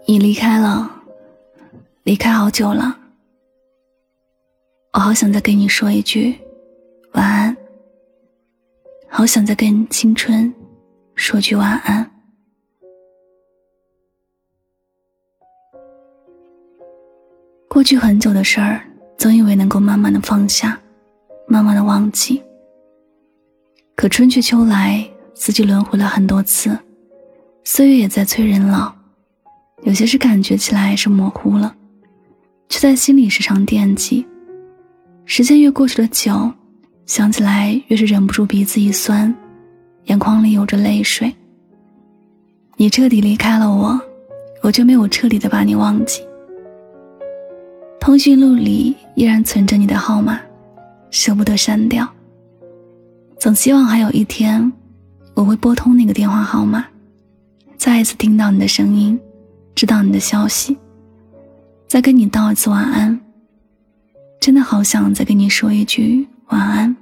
你离开了，离开好久了，我好想再跟你说一句晚安，好想再跟青春说句晚安。过去很久的事儿，总以为能够慢慢的放下，慢慢的忘记。可春去秋来，四季轮回了很多次，岁月也在催人老，有些事感觉起来是模糊了，却在心里时常惦记。时间越过去的久，想起来越是忍不住鼻子一酸，眼眶里有着泪水。你彻底离开了我，我却没有彻底的把你忘记。通讯录里依然存着你的号码，舍不得删掉。总希望还有一天，我会拨通那个电话号码，再一次听到你的声音，知道你的消息，再跟你道一次晚安。真的好想再跟你说一句晚安。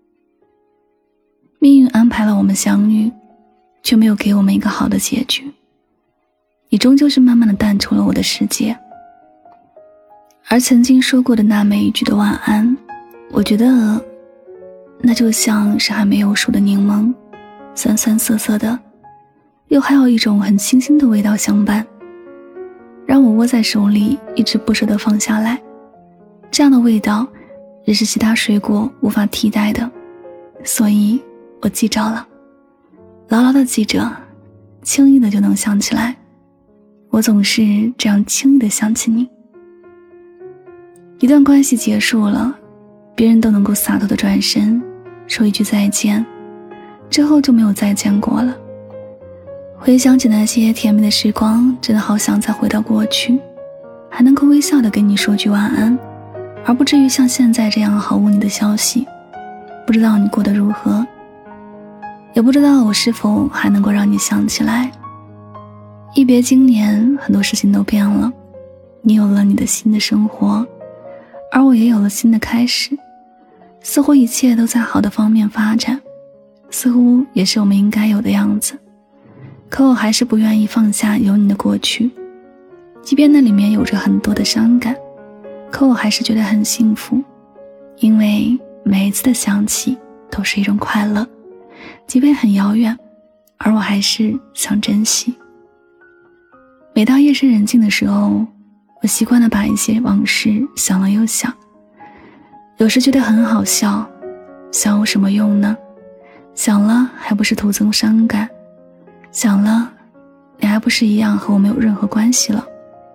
命运安排了我们相遇，却没有给我们一个好的结局。你终究是慢慢的淡出了我的世界。而曾经说过的那每一句的晚安，我觉得那就像是还没有熟的柠檬，酸酸涩涩的，又还有一种很清新的味道相伴，让我握在手里一直不舍得放下来。这样的味道也是其他水果无法替代的，所以我记着了，牢牢的记着，轻易的就能想起来。我总是这样轻易的想起你。一段关系结束了，别人都能够洒脱的转身说一句再见，之后就没有再见过了。回想起那些甜蜜的时光，真的好想再回到过去，还能够微笑的跟你说句晚安，而不至于像现在这样毫无你的消息。不知道你过得如何，也不知道我是否还能够让你想起来。一别经年，很多事情都变了，你有了你的新的生活，而我也有了新的开始。似乎一切都在好的方面发展，似乎也是我们应该有的样子。可我还是不愿意放下有你的过去，即便那里面有着很多的伤感，可我还是觉得很幸福，因为每一次的想起都是一种快乐，即便很遥远，而我还是想珍惜。每到夜深人静的时候，我习惯地把一些往事想了又想，有时觉得很好笑，想有什么用呢？想了还不是徒增伤感，想了你还不是一样和我没有任何关系了。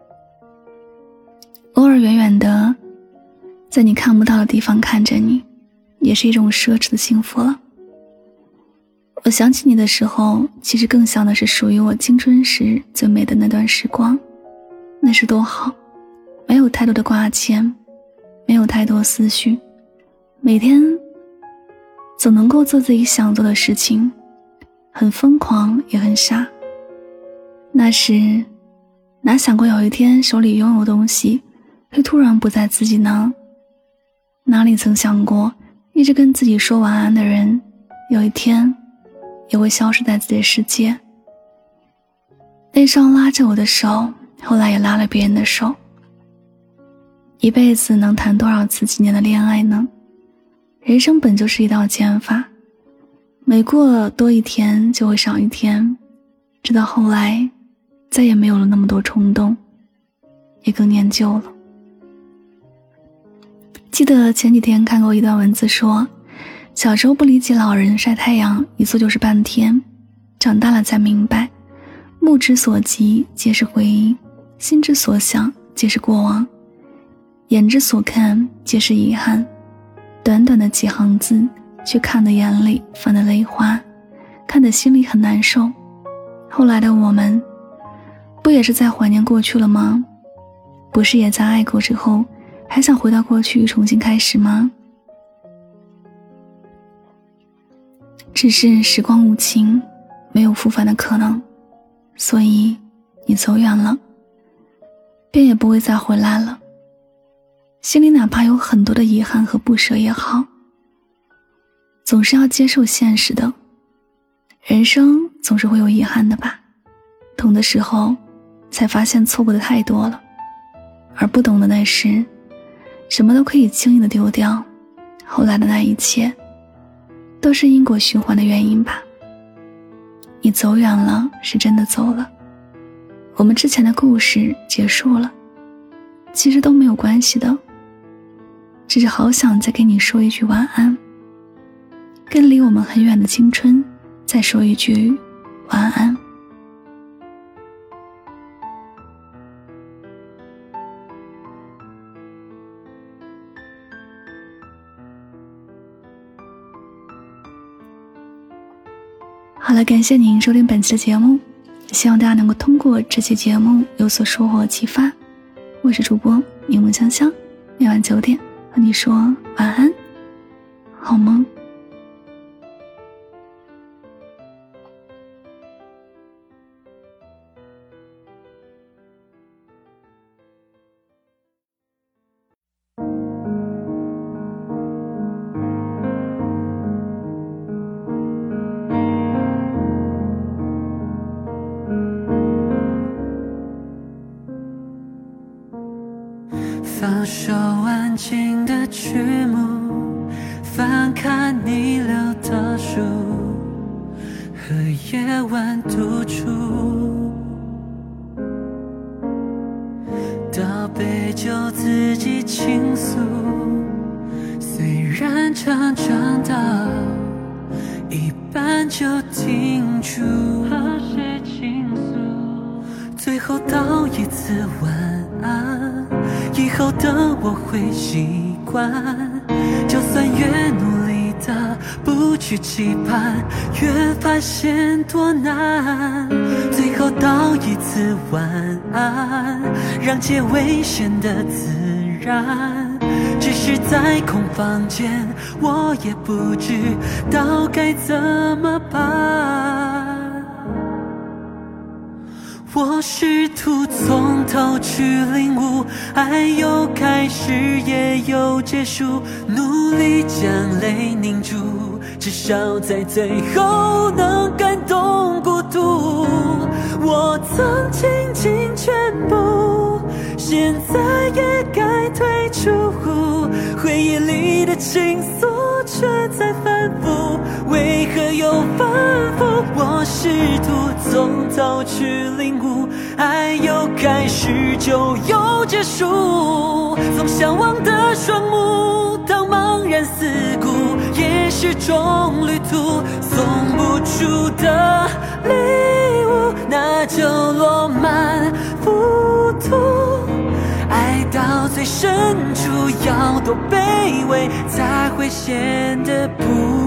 偶尔远远的在你看不到的地方看着你，也是一种奢侈的幸福了。我想起你的时候，其实更想的是属于我青春时最美的那段时光。那是多好，没有太多的挂牵，没有太多思绪，每天总能够做自己想做的事情，很疯狂也很傻。那时哪想过有一天手里拥有东西会突然不在自己呢？哪里曾想过一直跟自己说晚安的人，有一天也会消失在自己的世界。那双拉着我的手，后来也拉了别人的手。一辈子能谈多少次几年的恋爱呢？人生本就是一道减法，每过多一天就会少一天，直到后来再也没有了那么多冲动，也更念旧了。记得前几天看过一段文字说，小时候不理解老人晒太阳一坐就是半天，长大了才明白，目之所及皆是回忆，心之所想皆是过往，眼之所看皆是遗憾。短短的几行字，却看得眼里泛得泪花，看得心里很难受。后来的我们，不也是在怀念过去了吗？不是也在爱过之后，还想回到过去重新开始吗？只是时光无情，没有复返的可能，所以你走远了，便也不会再回来了。心里哪怕有很多的遗憾和不舍也好，总是要接受现实的。人生总是会有遗憾的吧，痛的时候才发现错过的太多了，而不懂的那时，什么都可以轻易的丢掉。后来的那一切，都是因果循环的原因吧。你走远了，是真的走了，我们之前的故事结束了，其实都没有关系的，只是好想再跟你说一句晚安，跟离我们很远的青春再说一句晚安。好了，感谢您收听本期的节目，希望大家能够通过这期节目有所收获启发。我是主播柠檬香香，每晚9点和你说晚安，好梦。 放首安静的曲目，翻看你留的书，和夜晚独处，倒杯酒自己倾诉，虽然常常到一半就停住，和谁倾诉，最后道一次晚安，以后的我会习惯，就算越努力的不去期盼，越发现多难。最后道一次晚安，让结尾显得自然。只是在空房间，我也不知道该怎么办。我试图从头去领悟，爱有开始也有结束，努力将泪凝住，至少在最后能感动孤独。我曾倾尽全部，现在也该退出，回忆里的情愫却在反复，为何又反复？我试图从头去领悟，爱有开始就有结束，从向往的双目到茫然四顾，也是种旅途，送不出的礼物，那就落满浮屠。爱到最深处要多卑微，才会显得不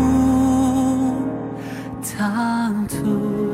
唐突。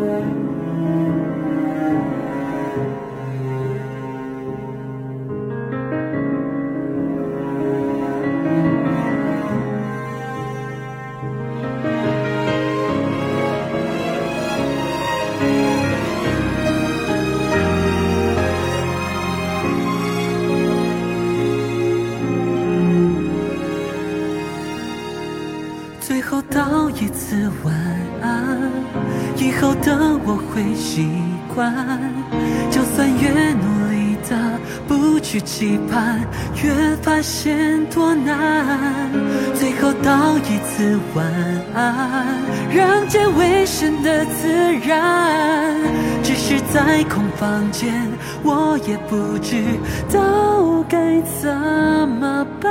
最后道一次晚安，以后的我会习惯，就算越努力的不去期盼，越发现多难。最后道一次晚安，让结尾显得自然。只是在空房间，我也不知道该怎么办。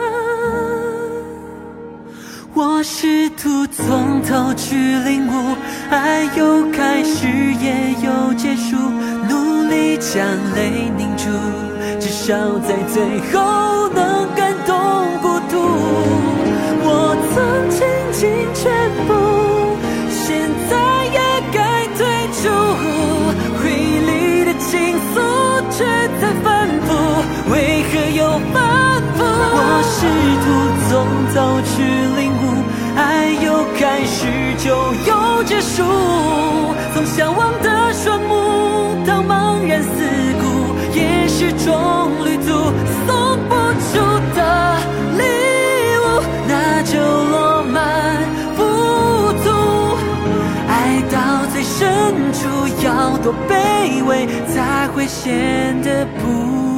我试图从头去领悟，爱有开始也有结束，努力将泪凝住，至少在最后能感动孤独。我曾倾尽全部，现在也该退出，回忆里的情愫却在反复，为何又反复？我试图从头去领悟，爱有开始就有结束，从向往的双目到茫然四顾，也是种旅途，送不出的礼物，那就落满浮屠。爱到最深处要多卑微，才会显得不